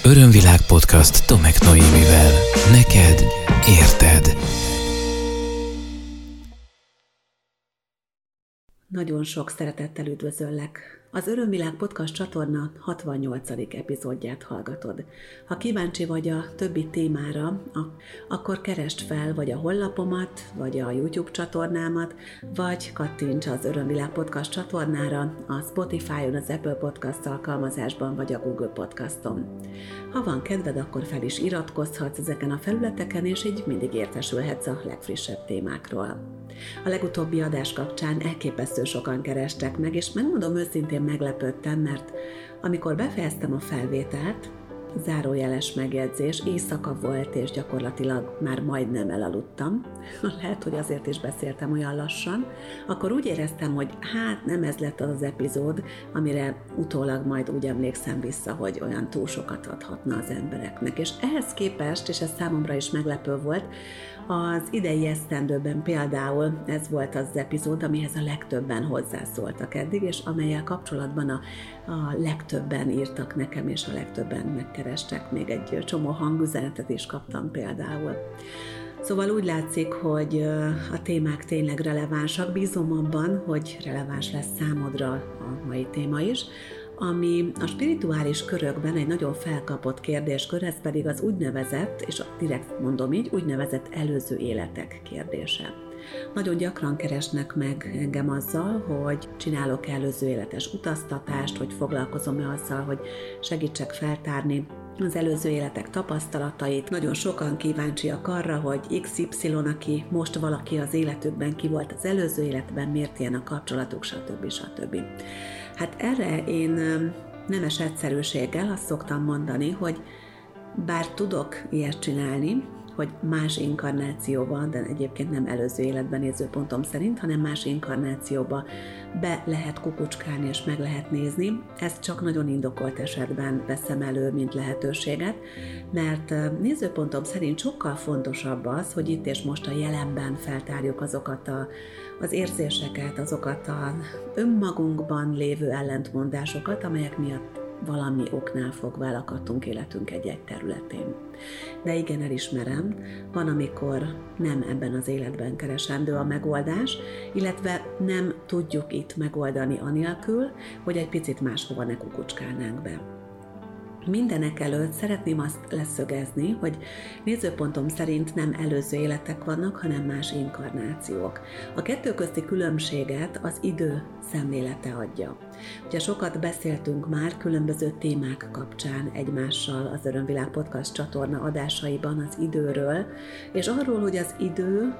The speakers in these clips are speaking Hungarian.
Örömvilág podcast Tomek Noémivel. Neked érted. Nagyon sok szeretettel üdvözöllek. Az Örömvilág podcast csatorna 68. epizódját hallgatod. Ha kíváncsi vagy a többi témára, akkor keresd fel vagy a honlapomat, vagy a YouTube csatornámat, vagy kattints az Örömvilág podcast csatornára a Spotify-on, az Apple Podcast alkalmazásban, vagy a Google Podcaston. Ha van kedved, akkor fel is iratkozhatsz ezeken a felületeken, és így mindig értesülhetsz a legfrissebb témákról. A legutóbbi adás kapcsán elképesztő sokan kerestek meg, és megmondom őszintén meglepődtem, mert amikor befejeztem a felvételt, zárójeles megjegyzés, éjszaka volt, és gyakorlatilag már majdnem elaludtam, lehet, hogy azért is beszéltem olyan lassan, akkor úgy éreztem, hogy nem ez lett az az epizód, amire utólag majd úgy emlékszem vissza, hogy olyan túl sokat adhatna az embereknek. És ehhez képest, és ez számomra is meglepő volt, az idei esztendőben például ez volt az epizód, amihez a legtöbben hozzászóltak eddig, és amellyel kapcsolatban a legtöbben írtak nekem, és a legtöbben megkerestek. Még egy csomó hangüzenetet is kaptam például. Szóval úgy látszik, hogy a témák tényleg relevánsak. Bízom abban, hogy releváns lesz számodra a mai téma is, ami a spirituális körökben egy nagyon felkapott kérdéskör, ez pedig az úgynevezett, és direkt mondom így, úgynevezett előző életek kérdése. Nagyon gyakran keresnek meg engem azzal, hogy csinálok előző életes utaztatást, hogy foglalkozom-e azzal, hogy segítsek feltárni az előző életek tapasztalatait. Nagyon sokan kíváncsiak arra, hogy XY, aki most valaki az életükben, ki volt az előző életben, miért ilyen a kapcsolatuk, stb. Hát erre én nemes egyszerűséggel azt szoktam mondani, hogy bár tudok ilyet csinálni, hogy más inkarnációban, de egyébként nem előző életben nézőpontom szerint, hanem más inkarnációba be lehet kukucskálni és meg lehet nézni. Ezt csak nagyon indokolt esetben veszem elő, mint lehetőséget, mert nézőpontom szerint sokkal fontosabb az, hogy itt és most a jelenben feltárjuk azokat az érzéseket, azokat az önmagunkban lévő ellentmondásokat, amelyek miatt valami oknál fogva elakadtunk életünk egy-egy területén. De igen, elismerem, van, amikor nem ebben az életben keresendő a megoldás, illetve nem tudjuk itt megoldani anélkül, hogy egy picit máshova ne kukucskálnánk be. Mindenek előtt szeretném azt leszögezni, hogy nézőpontom szerint nem előző életek vannak, hanem más inkarnációk. A kettő közti különbséget az idő szemlélete adja. Ugye sokat beszéltünk már különböző témák kapcsán egymással az Örömvilág podcast csatorna adásaiban az időről, és arról, hogy az idő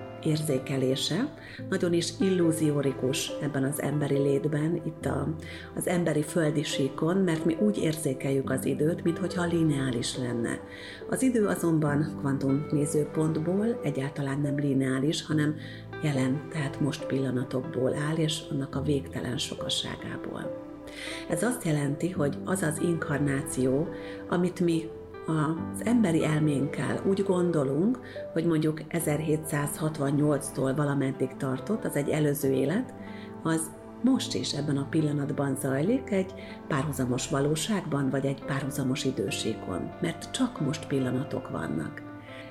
érzékelése nagyon is illúziórikus ebben az emberi létben, itt az emberi földi síkon, mert mi úgy érzékeljük az időt, minthogyha lineáris lenne. Az idő azonban kvantum nézőpontból egyáltalán nem lineáris, hanem jelen, tehát most pillanatokból áll, és annak a végtelen sokaságából. Ez azt jelenti, hogy az az inkarnáció, amit mi az emberi elménkkel úgy gondolunk, hogy mondjuk 1768-tól valameddig tartott, az egy előző élet, az most is ebben a pillanatban zajlik egy párhuzamos valóságban, vagy egy párhuzamos idősíkon, mert csak most pillanatok vannak.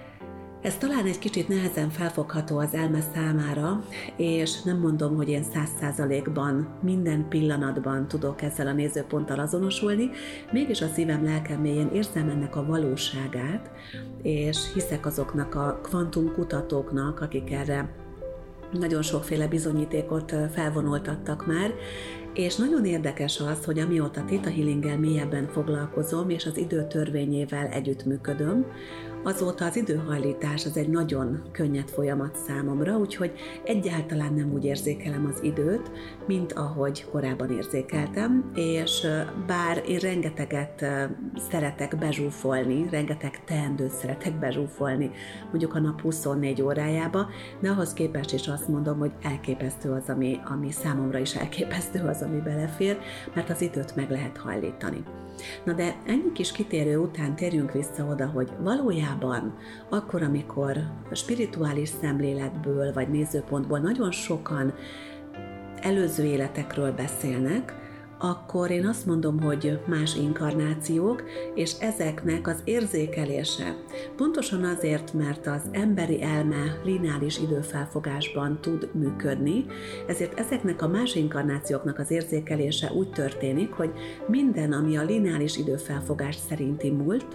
Ez talán egy kicsit nehezen felfogható az elme számára, és nem mondom, hogy én 100%-ban minden pillanatban tudok ezzel a nézőponttal azonosulni, mégis a szívem lelkem mélyén érzem ennek a valóságát, és hiszek azoknak a kvantumkutatóknak, akik erre nagyon sokféle bizonyítékot felvonultattak már, és nagyon érdekes az, hogy amióta Theta Healinggel mélyebben foglalkozom, és az idő törvényével együttműködöm, azóta az időhajlítás az egy nagyon könnyed folyamat számomra, úgyhogy egyáltalán nem úgy érzékelem az időt, mint ahogy korábban érzékeltem, és bár én rengeteget szeretek bezsúfolni, rengeteg teendőt szeretek bezsúfolni, mondjuk a nap 24 órájába, de ahhoz képest is azt mondom, hogy elképesztő az, ami számomra is elképesztő az, ami belefér, mert az időt meg lehet hajlítani. Na de ennyi kis kitérő után térjünk vissza oda, hogy valójában akkor, amikor a spirituális szemléletből vagy nézőpontból nagyon sokan előző életekről beszélnek, akkor én azt mondom, hogy más inkarnációk, és ezeknek az érzékelése pontosan azért, mert az emberi elme lineáris időfelfogásban tud működni, ezért ezeknek a más inkarnációknak az érzékelése úgy történik, hogy minden, ami a lineáris időfelfogás szerinti múlt,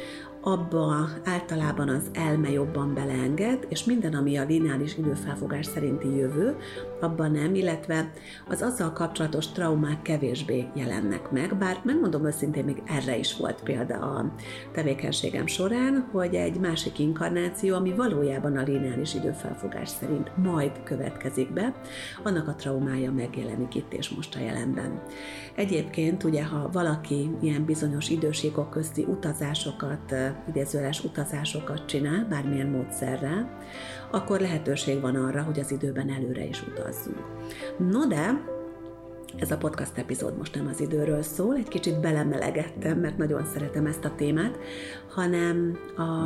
abba általában az elme jobban beleenged, és minden, ami a lineáris időfelfogás szerinti jövő, abban nem, illetve az azzal kapcsolatos traumák kevésbé jelennek meg, bár megmondom őszintén, még erre is volt példa a tevékenységem során, hogy egy másik inkarnáció, ami valójában a lineáris időfelfogás szerint majd következik be, annak a traumája megjelenik itt és most a jelenben. Egyébként ugye, ha valaki ilyen bizonyos idősíkok közti utazásokat, idézőjeles utazásokat csinál, bármilyen módszerrel, akkor lehetőség van arra, hogy az időben előre is utazzunk. No de, ez a podcast epizód most nem az időről szól, egy kicsit belemelegettem, mert nagyon szeretem ezt a témát, hanem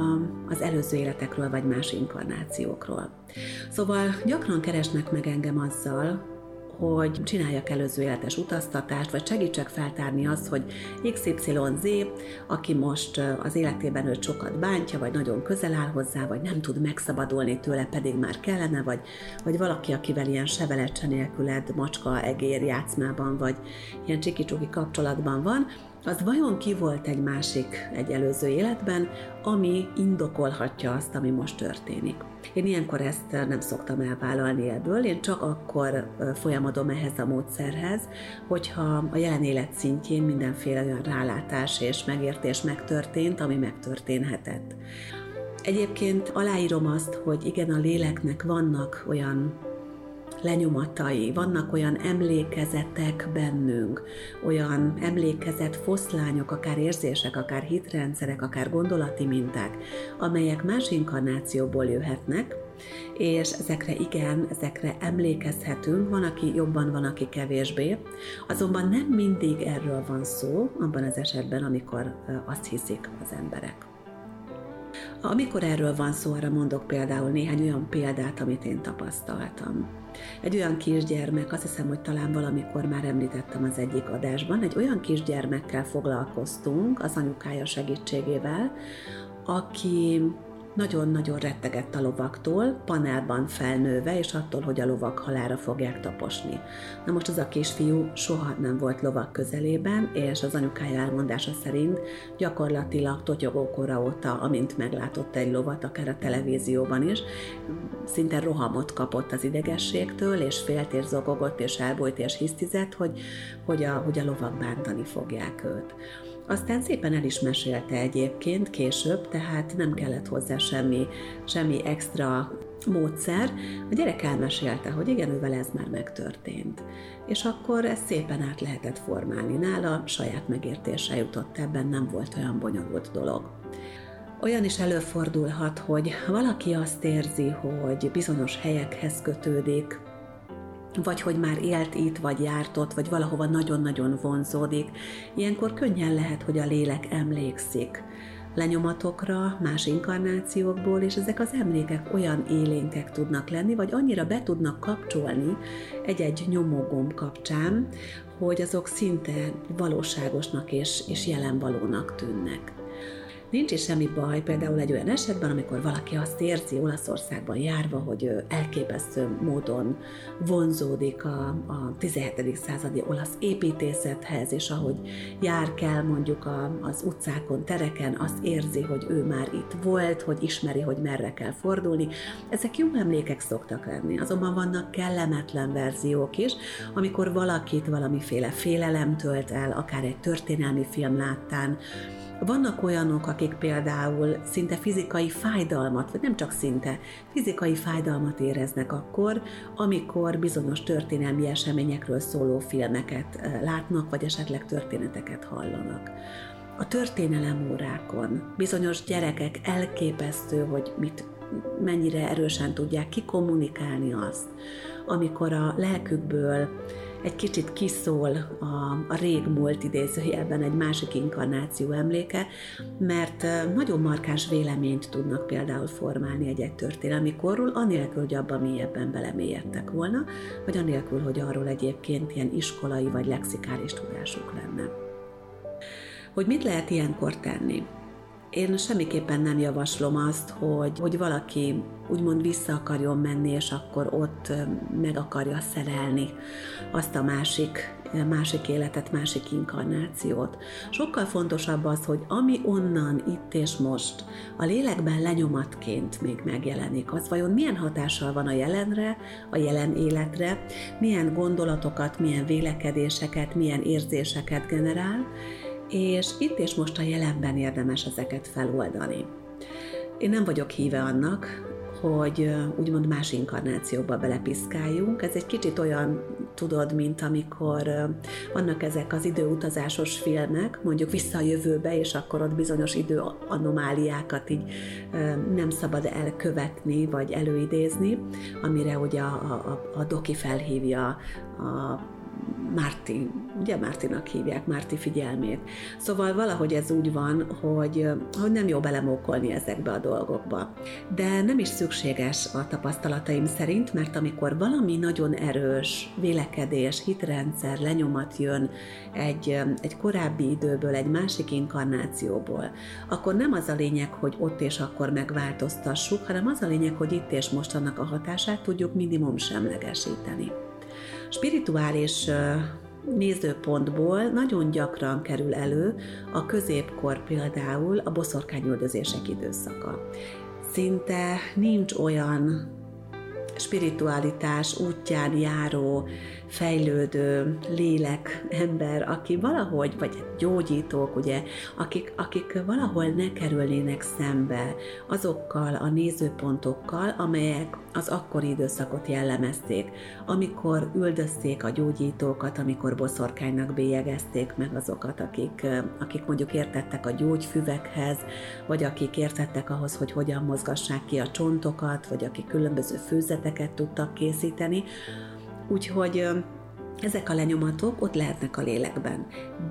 az előző életekről vagy más inkarnációkról. Szóval gyakran keresnek meg engem azzal, hogy csináljak előző életes utaztatást, vagy segítsek feltárni azt, hogy XYZ, aki most az életében őt sokat bántja, vagy nagyon közel áll hozzá, vagy nem tud megszabadulni tőle, pedig már kellene, vagy valaki, akivel ilyen sevelecse nélküled, macska, egér játszmában, vagy ilyen csiki-csuki kapcsolatban van, az vajon ki volt egy előző életben, ami indokolhatja azt, ami most történik. Én ilyenkor ezt nem szoktam elvállalni ebből, én csak akkor folyamodom ehhez a módszerhez, hogyha a jelen élet szintjén mindenféle olyan rálátás és megértés megtörtént, ami megtörténhetett. Egyébként aláírom azt, hogy igen, a léleknek vannak olyan lenyomatai, vannak olyan emlékezetek bennünk, olyan emlékezet foszlányok, akár érzések, akár hitrendszerek, akár gondolati minták, amelyek más inkarnációból jöhetnek, és ezekre emlékezhetünk, van, aki jobban, van, aki kevésbé, azonban nem mindig erről van szó, abban az esetben, amikor azt hiszik az emberek. Amikor erről van szó, arra mondok például néhány olyan példát, amit én tapasztaltam. Egy olyan kisgyermek, azt hiszem, hogy talán valamikor már említettem az egyik adásban, egy olyan kisgyermekkel foglalkoztunk az anyukája segítségével, aki nagyon-nagyon rettegett a lovaktól, panelban felnőve, és attól, hogy a lovak halálra fogják taposni. Na most az a kisfiú soha nem volt lovak közelében, és az anyukája elmondása szerint gyakorlatilag totyogókora óta, amint meglátott egy lovat, akár a televízióban is, szinte rohamot kapott az idegességtől, és félt, és zokogott, és elbújt, és hisztizett, hogy a lovak bántani fogják őt. Aztán szépen el is mesélte egyébként később, tehát nem kellett hozzá semmi extra módszer. A gyerek elmesélte, hogy igen, ővel ez már megtörtént. És akkor ezt szépen át lehetett formálni. Nála saját megértésre jutott, ebben nem volt olyan bonyolult dolog. Olyan is előfordulhat, hogy valaki azt érzi, hogy bizonyos helyekhez kötődik, vagy hogy már élt itt, vagy járt ott, vagy valahova nagyon-nagyon vonzódik. Ilyenkor könnyen lehet, hogy a lélek emlékszik lenyomatokra, más inkarnációkból, és ezek az emlékek olyan élénkek tudnak lenni, vagy annyira be tudnak kapcsolni egy-egy nyomógomb kapcsán, hogy azok szinte valóságosnak és jelenvalónak tűnnek. Nincs is semmi baj, például egy olyan esetben, amikor valaki azt érzi Olaszországban járva, hogy elképesztő módon vonzódik a 17. századi olasz építészethez, és ahogy jár kell mondjuk az utcákon, tereken, azt érzi, hogy ő már itt volt, hogy ismeri, hogy merre kell fordulni. Ezek jó emlékek szoktak lenni, azonban vannak kellemetlen verziók is, amikor valakit valamiféle félelem tölt el, akár egy történelmi film láttán. Vannak olyanok, akik például szinte fizikai fájdalmat, vagy nem csak szinte, fizikai fájdalmat éreznek akkor, amikor bizonyos történelmi eseményekről szóló filmeket látnak, vagy esetleg történeteket hallanak. A történelemórákon bizonyos gyerekek elképesztő, hogy mennyire erősen tudják kikommunikálni azt, amikor a lelkükből egy kicsit kiszól a régmúlt idézőjelben egy másik inkarnáció emléke, mert nagyon markáns véleményt tudnak például formálni egy történelmi korról, anélkül, hogy abban mélyebben belemélyedtek volna, vagy anélkül, hogy arról egyébként ilyen iskolai vagy lexikális tudásuk lenne. Hogy mit lehet ilyenkor tenni? Én semmiképpen nem javaslom azt, hogy valaki úgymond vissza akarjon menni, és akkor ott meg akarja szerelni azt a másik életet, másik inkarnációt. Sokkal fontosabb az, hogy ami onnan, itt és most, a lélekben lenyomatként még megjelenik, az vajon milyen hatással van a jelenre, a jelen életre, milyen gondolatokat, milyen vélekedéseket, milyen érzéseket generál, és itt és most a jelenben érdemes ezeket feloldani. Én nem vagyok híve annak, hogy úgymond más inkarnációba belepiszkáljunk. Ez egy kicsit olyan, tudod, mint amikor vannak ezek az időutazásos filmek, mondjuk Vissza a jövőbe, és akkor ott bizonyos időanomáliákat így nem szabad elkövetni, vagy előidézni, amire ugye a doki felhívja a Marty, ugye Martynak hívják, Marty figyelmét. Szóval valahogy ez úgy van, hogy nem jó belemókolni ezekbe a dolgokba. De nem is szükséges a tapasztalataim szerint, mert amikor valami nagyon erős vélekedés, hitrendszer, lenyomat jön egy korábbi időből, egy másik inkarnációból, akkor nem az a lényeg, hogy ott és akkor megváltoztassuk, hanem az a lényeg, hogy itt és most annak a hatását tudjuk minimum semlegesíteni. Spirituális nézőpontból nagyon gyakran kerül elő a középkor például a boszorkányüldözések időszaka. Szinte nincs olyan spiritualitás útján járó, fejlődő lélek, ember, aki valahogy, vagy gyógyítók, ugye, akik valahol ne kerülnének szembe azokkal a nézőpontokkal, amelyek az akkori időszakot jellemezték, amikor üldözték a gyógyítókat, amikor boszorkánynak bélyegezték meg azokat, akik mondjuk értettek a gyógyfüvekhez, vagy akik értettek ahhoz, hogy hogyan mozgassák ki a csontokat, vagy akik különböző főzeteket tudtak készíteni. Úgyhogy ezek a lenyomatok ott lehetnek a lélekben.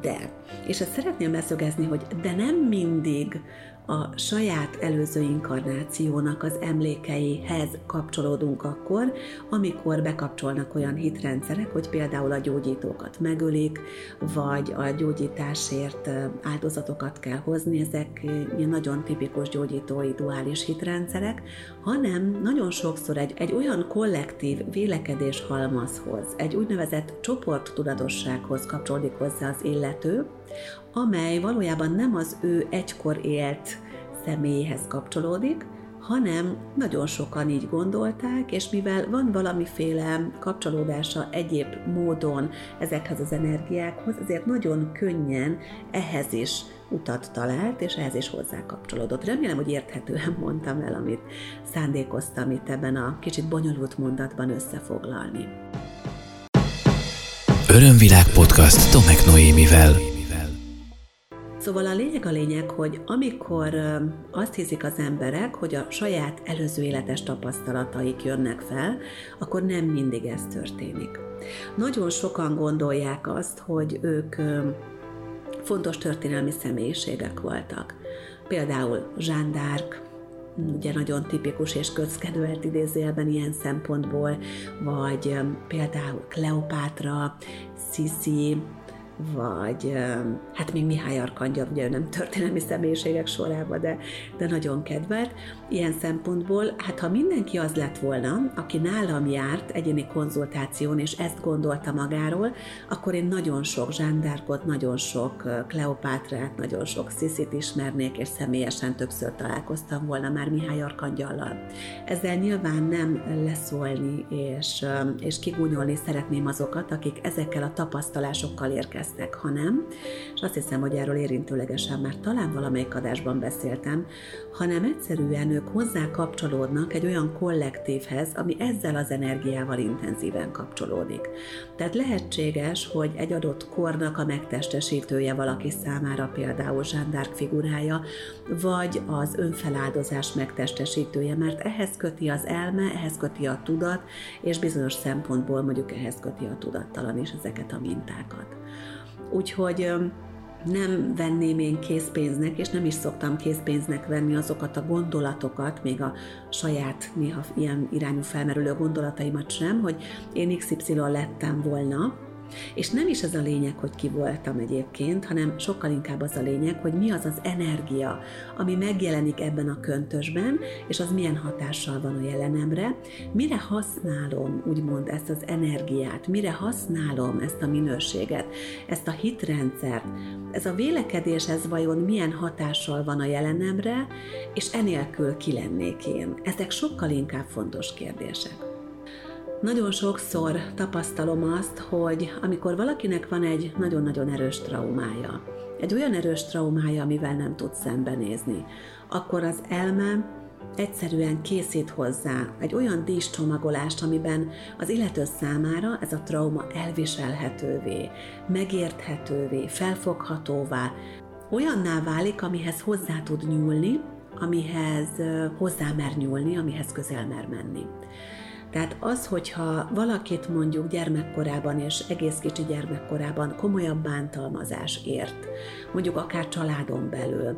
És ezt szeretném leszögezni, hogy de nem mindig a saját előző inkarnációnak az emlékeihez kapcsolódunk akkor, amikor bekapcsolnak olyan hitrendszerek, hogy például a gyógyítókat megölik, vagy a gyógyításért áldozatokat kell hozni, ezek ilyen nagyon tipikus gyógyítói duális hitrendszerek, hanem nagyon sokszor egy olyan kollektív vélekedés halmazhoz, egy úgynevezett csoporttudatossághoz kapcsolódik hozzá az illető, amely valójában nem az ő egykor élt személyhez kapcsolódik, hanem nagyon sokan így gondolták, és mivel van valamiféle kapcsolódása egyéb módon ezekhez az energiákhoz, ezért nagyon könnyen ehhez is utat talált, és ehhez is hozzá kapcsolódott. Remélem, hogy érthetően mondtam el, amit szándékoztam itt ebben a kicsit bonyolult mondatban összefoglalni. Örömvilág podcast Tomek Noémivel. Szóval a lényeg, hogy amikor azt hiszik az emberek, hogy a saját előző életes tapasztalataik jönnek fel, akkor nem mindig ez történik. Nagyon sokan gondolják azt, hogy ők fontos történelmi személyiségek voltak. Például Jeanne d'Arc, ugye nagyon tipikus és közkedvelt idézőjelben ilyen szempontból, vagy például Kleopátra, Sisi, vagy hát még Mihály Arkangyal, ugye ő nem történelmi személyiségek sorába, de nagyon kedvelt. Ilyen szempontból, hát ha mindenki az lett volna, aki nálam járt egyéni konzultáción, és ezt gondolta magáról, akkor én nagyon sok Jeanne d'Arcot, nagyon sok Kleopátrát, nagyon sok Sisit ismernék, és személyesen többször találkoztam volna már Mihály Arkangyallal. Ezzel nyilván nem leszólni és kigúnyolni szeretném azokat, akik ezekkel a tapasztalásokkal érkeztek leszek, hanem, és azt hiszem, hogy erről érintőlegesen már talán valamelyik adásban beszéltem, hanem egyszerűen ők hozzá kapcsolódnak egy olyan kollektívhez, ami ezzel az energiával intenzíven kapcsolódik. Tehát lehetséges, hogy egy adott kornak a megtestesítője valaki számára például Jeanne d'Arc figurája, vagy az önfeláldozás megtestesítője, mert ehhez köti az elme, ehhez köti a tudat, és bizonyos szempontból mondjuk ehhez köti a tudattalan is ezeket a mintákat. Úgyhogy nem venném én készpénznek, és nem is szoktam készpénznek venni azokat a gondolatokat, még a saját néha ilyen irányú felmerülő gondolataimat sem, hogy én XY lettem volna, és nem is ez a lényeg, hogy ki voltam egyébként, hanem sokkal inkább az a lényeg, hogy mi az az energia, ami megjelenik ebben a köntösben, és az milyen hatással van a jelenemre, mire használom úgymond ezt az energiát, mire használom ezt a minőséget, ezt a hitrendszert, ez a vélekedés, ez vajon milyen hatással van a jelenemre, és enélkül ki lennék én. Ezek sokkal inkább fontos kérdések. Nagyon sokszor tapasztalom azt, hogy amikor valakinek van egy nagyon-nagyon erős traumája, egy olyan erős traumája, amivel nem tud szembenézni, akkor az elme egyszerűen készít hozzá egy olyan díszcsomagolást, amiben az illető számára ez a trauma elviselhetővé, megérthetővé, felfoghatóvá, olyanná válik, amihez hozzá tud nyúlni, amihez hozzá mer nyúlni, amihez közel mer menni. Tehát az, hogyha valakit mondjuk gyermekkorában és egész kicsi gyermekkorában komolyabb bántalmazás ért, mondjuk akár családon belül,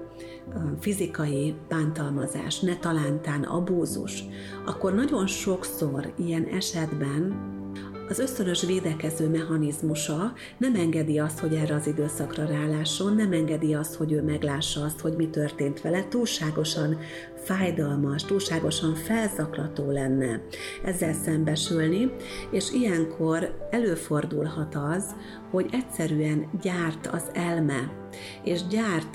fizikai bántalmazás, ne talántán abúzus, akkor nagyon sokszor ilyen esetben az ösztönös védekező mechanizmusa nem engedi azt, hogy erre az időszakra rálásson, nem engedi azt, hogy ő meglássa azt, hogy mi történt vele, túlságosan fájdalmas, túlságosan felzaklató lenne ezzel szembesülni, és ilyenkor előfordulhat az, hogy egyszerűen gyárt az elme, és gyárt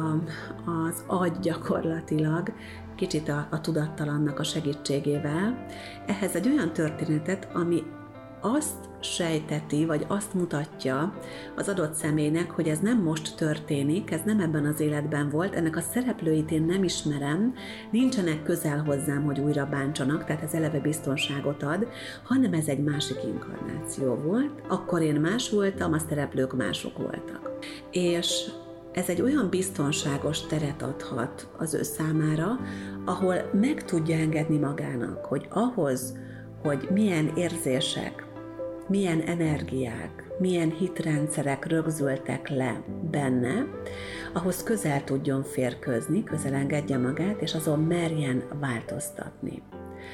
az agy gyakorlatilag, kicsit a tudattalannak a segítségével, ehhez egy olyan történetet, ami azt sejteti, vagy azt mutatja az adott személynek, hogy ez nem most történik, ez nem ebben az életben volt, ennek a szereplőit én nem ismerem, nincsenek közel hozzám, hogy újra bántsanak, tehát ez eleve biztonságot ad, hanem ez egy másik inkarnáció volt, akkor én más voltam, a szereplők mások voltak. És ez egy olyan biztonságos teret adhat az ő számára, ahol meg tudja engedni magának, hogy ahhoz, hogy milyen érzések, milyen energiák, milyen hitrendszerek rögzültek le benne, ahhoz közel tudjon férkőzni, közel engedje magát, és azon merjen változtatni.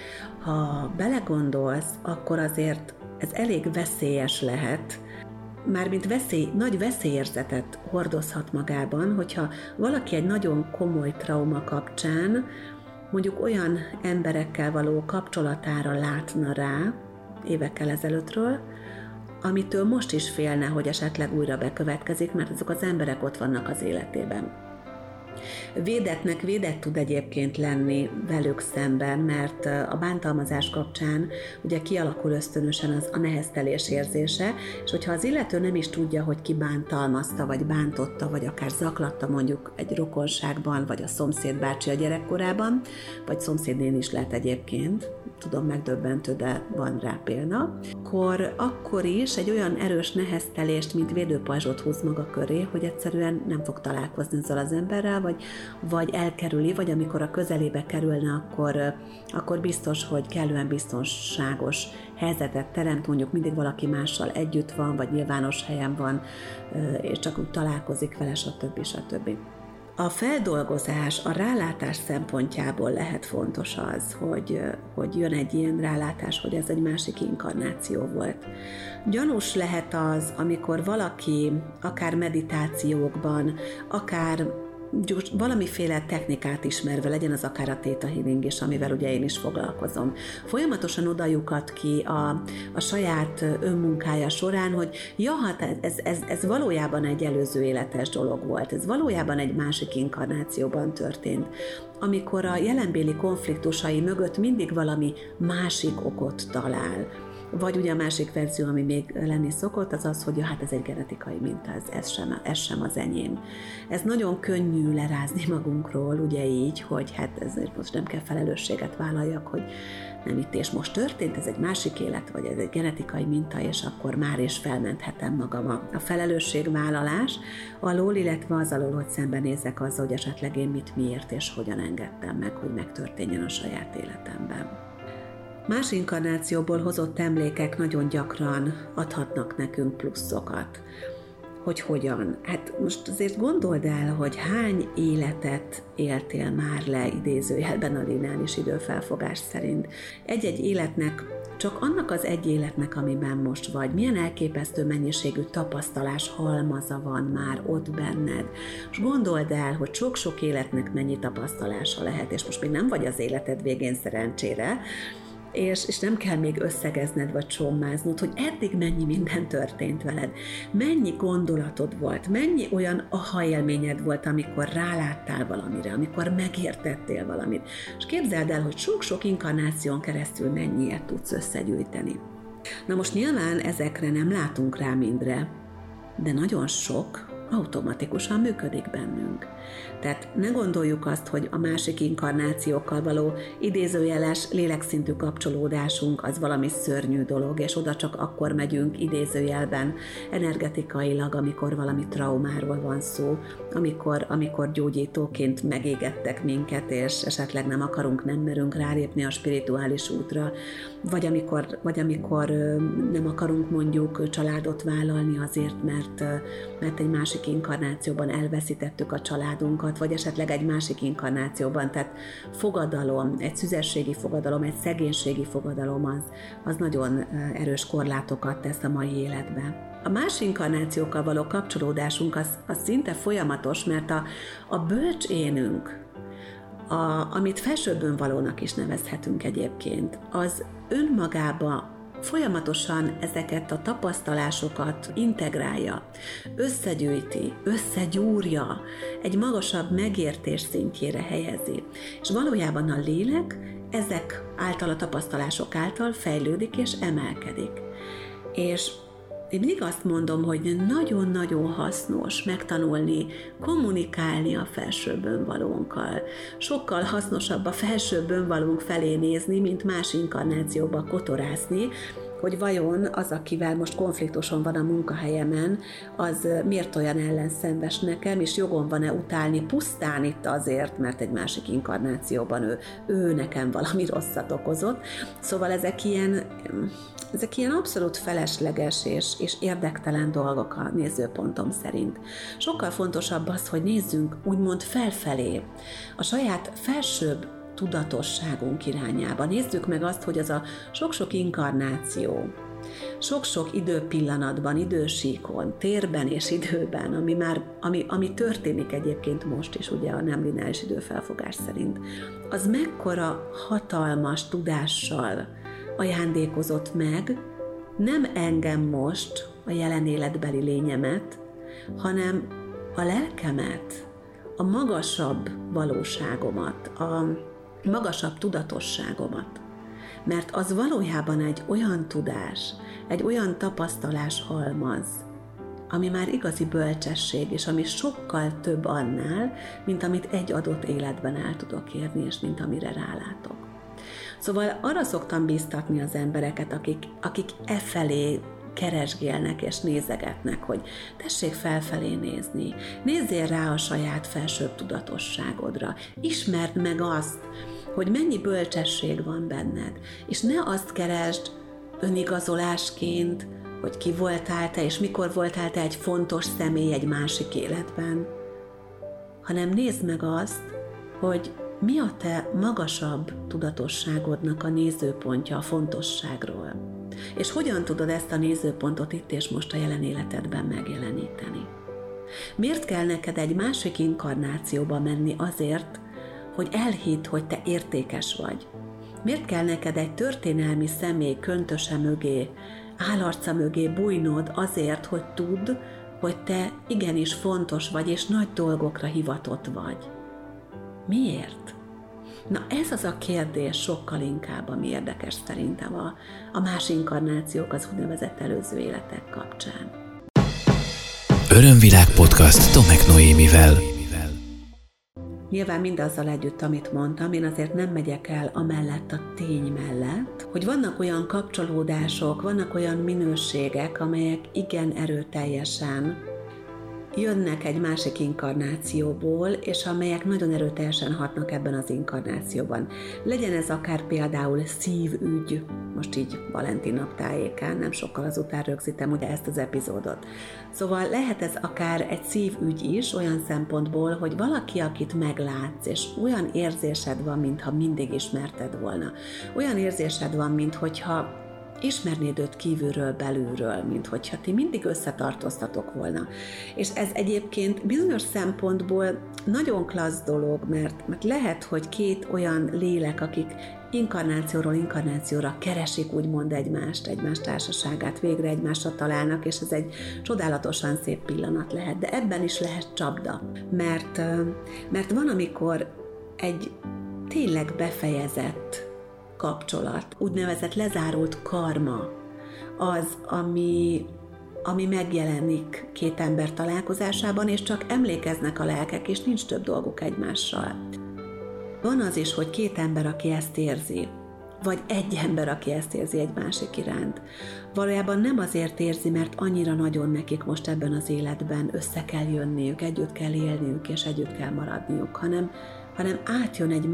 Ha belegondolsz, akkor azért ez elég veszélyes lehet, mármint nagy veszélyérzetet hordozhat magában, hogyha valaki egy nagyon komoly trauma kapcsán mondjuk olyan emberekkel való kapcsolatára látna rá évekkel ezelőttről, amitől most is félne, hogy esetleg újra bekövetkezik, mert azok az emberek ott vannak az életében. Védettnek védett tud egyébként lenni velük szemben, mert a bántalmazás kapcsán ugye kialakul ösztönösen az a neheztelés érzése, és hogyha az illető nem is tudja, hogy ki bántalmazta, vagy bántotta, vagy akár zaklatta mondjuk egy rokonságban, vagy a szomszédbácsi a gyerekkorában, vagy szomszédnén is lehet egyébként, tudom, megdöbbentő, de van rá példa, akkor is egy olyan erős neheztelést, mint védőpajzsot húz maga köré, hogy egyszerűen nem fog találkozni ezzel az emberrel, vagy elkerüli, vagy amikor a közelébe kerülne, akkor biztos, hogy kellően biztonságos helyzetet teremt, mondjuk mindig valaki mással együtt van, vagy nyilvános helyen van, és csak úgy találkozik vele, stb. A feldolgozás, a rálátás szempontjából lehet fontos az, hogy jön egy ilyen rálátás, hogy ez egy másik inkarnáció volt. Gyanús lehet az, amikor valaki akár meditációkban, akár valamiféle technikát ismerve, legyen az akár a Theta Healing is, amivel ugye én is foglalkozom. Folyamatosan odajukat ki a saját önmunkája során, hogy hát ez valójában egy előző életes dolog volt, ez valójában egy másik inkarnációban történt, amikor a jelenbéli konfliktusai mögött mindig valami másik okot talál. Vagy ugye a másik verzió, ami még lenni szokott, az az, hogy hát ez egy genetikai minta, ez sem az enyém. Ez nagyon könnyű lerázni magunkról, ugye így, hogy hát ezért most nem kell felelősséget vállaljak, hogy nem itt és most történt, ez egy másik élet, vagy ez egy genetikai minta, és akkor már is felmenthetem magam a felelősségvállalás alól, illetve az alól, hogy szembenézzek azzal, hogy esetleg én mit, miért és hogyan engedtem meg, hogy megtörténjen a saját életemben. Más inkarnációból hozott emlékek nagyon gyakran adhatnak nekünk pluszokat. Hogy hogyan? Hát most azért gondold el, hogy hány életet éltél már le idézőjelben a lineáris időfelfogás szerint. Egy-egy életnek, csak annak az egy életnek, amiben most vagy, milyen elképesztő mennyiségű tapasztalás halmaza van már ott benned. És gondold el, hogy sok-sok életnek mennyi tapasztalása lehet, és most még nem vagy az életed végén szerencsére, és nem kell még összegezned vagy csommáznod, hogy eddig mennyi minden történt veled, mennyi gondolatod volt, mennyi olyan aha élményed volt, amikor ráláttál valamire, amikor megértettél valamit. És képzeld el, hogy sok-sok inkarnáción keresztül mennyiet tudsz összegyűjteni. Na most nyilván ezekre nem látunk rá mindre, de nagyon sok automatikusan működik bennünk. Tehát ne gondoljuk azt, hogy a másik inkarnációkkal való idézőjeles lélekszintű kapcsolódásunk az valami szörnyű dolog, és oda csak akkor megyünk idézőjelben energetikailag, amikor valami traumáról van szó, amikor gyógyítóként megégettek minket, és esetleg nem merünk rálépni a spirituális útra, vagy amikor nem akarunk mondjuk családot vállalni azért, mert egy másik inkarnációban elveszítettük a családunkat, vagy esetleg egy másik inkarnációban, tehát fogadalom, egy szüzességi fogadalom, egy szegénységi fogadalom az nagyon erős korlátokat tesz a mai életbe. A más inkarnációkkal való kapcsolódásunk az szinte folyamatos, mert a bölcs énünk, amit felsőbb önvalónak is nevezhetünk egyébként, az önmagába folyamatosan ezeket a tapasztalásokat integrálja, összegyűjti, összegyúrja, egy magasabb megértés szintjére helyezi. És valójában a lélek ezek által, a tapasztalások által fejlődik és emelkedik. És én mindig azt mondom, hogy nagyon-nagyon hasznos megtanulni, kommunikálni a felsőbb önvalónkkal. Sokkal hasznosabb a felsőbb önvalónk felé nézni, mint más inkarnációba kotorászni, hogy vajon az, akivel most konfliktuson van a munkahelyemen, az miért olyan ellenszenves nekem, és jogom van-e utálni pusztán itt azért, mert egy másik inkarnációban ő nekem valami rosszat okozott. Szóval ezek ilyen abszolút felesleges és érdektelen dolgok a nézőpontom szerint. Sokkal fontosabb az, hogy nézzünk úgymond felfelé, a saját felsőbb tudatosságunk irányába. Nézzük meg azt, hogy az a sok-sok inkarnáció, sok-sok időpillanatban, idősíkon, térben és időben, ami történik egyébként most is, ugye a nem lineáris időfelfogás szerint, az mekkora hatalmas tudással ajándékozott meg, nem engem most, a jelen életbeli lényemet, hanem a lelkemet, a magasabb valóságomat, a magasabb tudatosságomat. Mert az valójában egy olyan tudás, egy olyan tapasztalás halmaz, ami már igazi bölcsesség, és ami sokkal több annál, mint amit egy adott életben el tudok érni, és mint amire rálátok. Szóval arra szoktam bíztatni az embereket, akik efelé keresgélnek és nézegetnek, hogy tessék felfelé nézni, nézzél rá a saját felsőbb tudatosságodra, ismerd meg azt, hogy mennyi bölcsesség van benned, és ne azt keresd önigazolásként, hogy ki voltál te, és mikor voltál te egy fontos személy egy másik életben, hanem nézd meg azt, hogy mi a te magasabb tudatosságodnak a nézőpontja a fontosságról, és hogyan tudod ezt a nézőpontot itt és most a jelen életedben megjeleníteni. Miért kell neked egy másik inkarnációba menni azért, hogy elhidd, hogy te értékes vagy? Miért kell neked egy történelmi személy köntöse mögé, állarca mögé bújnod azért, hogy tudd, hogy te igenis fontos vagy, és nagy dolgokra hivatott vagy? Miért? Na ez az a kérdés sokkal inkább, ami érdekes szerintem a más inkarnációk, az úgynevezett előző életek kapcsán. Örömvilág podcast Tomek Noémivel. Nyilván mindazzal együtt, amit mondtam, én azért nem megyek el amellett a tény mellett, hogy vannak olyan kapcsolódások, vannak olyan minőségek, amelyek igen erőteljesen jönnek egy másik inkarnációból, és amelyek nagyon erőteljesen hatnak ebben az inkarnációban. Legyen ez akár például szívügy, most így Valentin nap tájékán, nem sokkal azután rögzítem ugye ezt az epizódot. Szóval lehet ez akár egy szívügy is, olyan szempontból, hogy valaki, akit meglátsz, és olyan érzésed van, mintha mindig ismerted volna. Olyan érzésed van, minthogyha ismernéd őt kívülről, belülről, mint hogyha ti mindig összetartoztatok volna. És ez egyébként bizonyos szempontból nagyon klassz dolog, mert lehet, hogy két olyan lélek, akik inkarnációról inkarnációra keresik úgymond egymás társaságát, végre egymásra találnak, és ez egy csodálatosan szép pillanat lehet, de ebben is lehet csapda, mert van, amikor egy tényleg befejezett kapcsolat, úgynevezett lezárult karma az, ami megjelenik két ember találkozásában, és csak emlékeznek a lelkek, és nincs több dolguk egymással. Van az is, hogy két ember, aki ezt érzi, vagy egy ember, aki ezt érzi egy másik iránt. Valójában nem azért érzi, mert annyira nagyon nekik most ebben az életben össze kell jönniük, együtt kell élniük, és együtt kell maradniuk, hanem átjön egy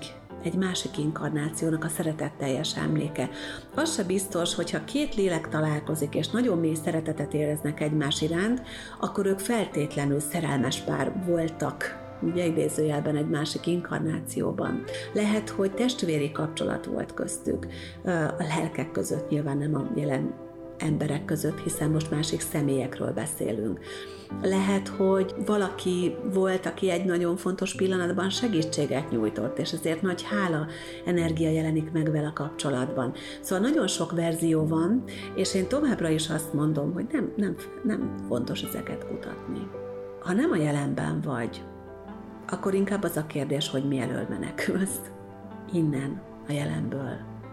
másik inkarnációnak a szeretetteljes emléke. Az se biztos, hogyha két lélek találkozik, és nagyon mély szeretetet éreznek egymás iránt, akkor ők feltétlenül szerelmes pár voltak, ugye idézőjelben egy másik inkarnációban. Lehet, hogy testvéri kapcsolat volt köztük, a lelkek között, nyilván nem a jelen emberek között, hiszen most másik személyekről beszélünk. Lehet, hogy valaki volt, aki egy nagyon fontos pillanatban segítséget nyújtott, és ezért nagy hála energia jelenik meg vele a kapcsolatban. Szóval nagyon sok verzió van, és én továbbra is azt mondom, hogy nem fontos ezeket kutatni. Ha nem a jelenben vagy, akkor inkább az a kérdés, hogy mielől menekülsz innen, a jelenből.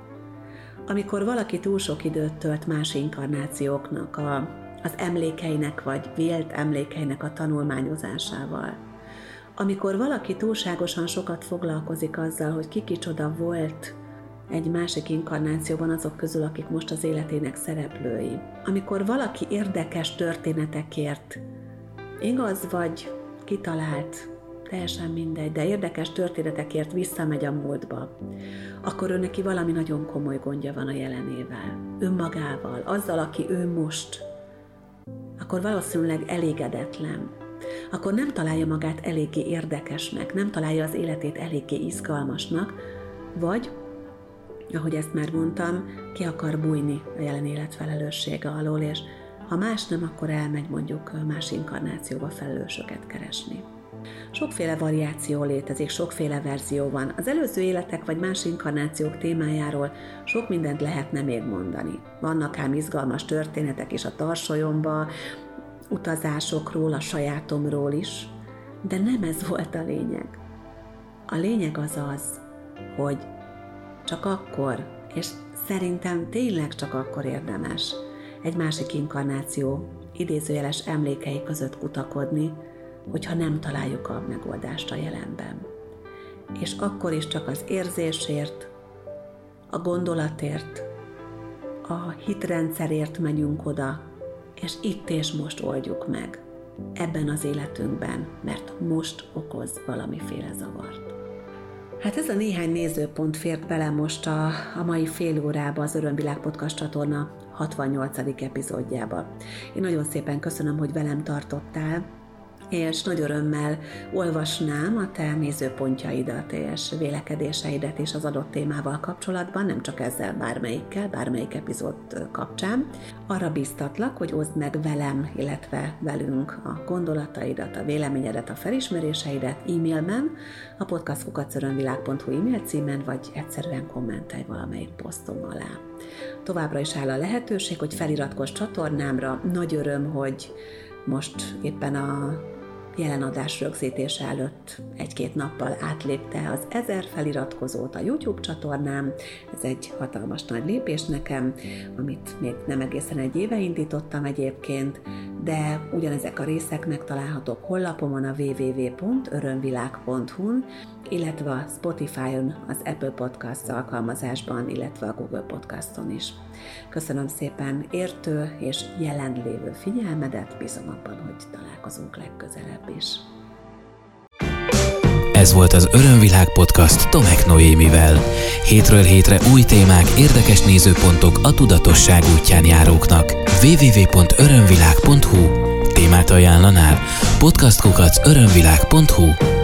Amikor valaki túl sok időt tölt más inkarnációknak, az emlékeinek vagy vélt emlékeinek a tanulmányozásával, amikor valaki túlságosan sokat foglalkozik azzal, hogy ki kicsoda volt egy másik inkarnációban azok közül, akik most az életének szereplői, amikor valaki érdekes történetekért, igaz vagy kitalált, teljesen mindegy, de érdekes történetekért visszamegy a múltba, akkor ő neki valami nagyon komoly gondja van a jelenével, önmagával, azzal, aki ő most, akkor valószínűleg elégedetlen, akkor nem találja magát eléggé érdekesnek, nem találja az életét eléggé izgalmasnak, vagy, ahogy ezt már mondtam, ki akar bújni a jelen élet felelőssége alól, és ha más nem, akkor elmegy mondjuk más inkarnációba felelősöket keresni. Sokféle variáció létezik, sokféle verzió van. Az előző életek vagy más inkarnációk témájáról sok mindent lehetne még mondani. Vannak ám izgalmas történetek is a tarsolyomba, utazásokról, a sajátomról is, de nem ez volt a lényeg. A lényeg az, hogy csak akkor, és szerintem tényleg csak akkor érdemes egy másik inkarnáció idézőjeles emlékei között kutakodni, hogyha nem találjuk a megoldást a jelenben. És akkor is csak az érzésért, a gondolatért, a hitrendszerért megyünk oda, és itt és most oldjuk meg ebben az életünkben, mert most okoz valamiféle zavart. Hát ez a néhány nézőpont fért bele most a mai fél órába az Örömvilág Podcast csatorna 68. epizódjába. Én nagyon szépen köszönöm, hogy velem tartottál, és nagy örömmel olvasnám a te nézőpontjaidat és vélekedéseidet is az adott témával kapcsolatban, nem csak ezzel, bármelyik epizód kapcsán. Arra bíztatlak, hogy oszd meg velem, illetve velünk a gondolataidat, a véleményedet, a felismeréseidet e-mailben, a podcast@örömvilág.hu e-mail címen, vagy egyszerűen kommentelj valamelyik posztom alá. Továbbra is áll a lehetőség, hogy feliratkozz csatornámra. Nagy öröm, hogy most éppen a jelen adás rögzítése előtt 1-2 nappal átlépte az 1000 feliratkozót a YouTube csatornám. Ez egy hatalmas nagy lépés nekem, amit még nem egészen egy éve indítottam egyébként, de ugyanezek a részek megtalálhatók honlapomon a www.örömvilág.hu-n, illetve a Spotify-on, az Apple Podcast alkalmazásban, illetve a Google Podcaston is. Köszönöm szépen értő és jelenlévő figyelmedet, bízom abban, hogy találkozunk legközelebb is. Ez volt az Örömvilág Podcast Tomek Noémivel. Hétről hétre új témák, érdekes nézőpontok a tudatosság útján járóknak. www.örömvilág.hu. Témát ajánlanál? podcastkukac.örömvilág.hu.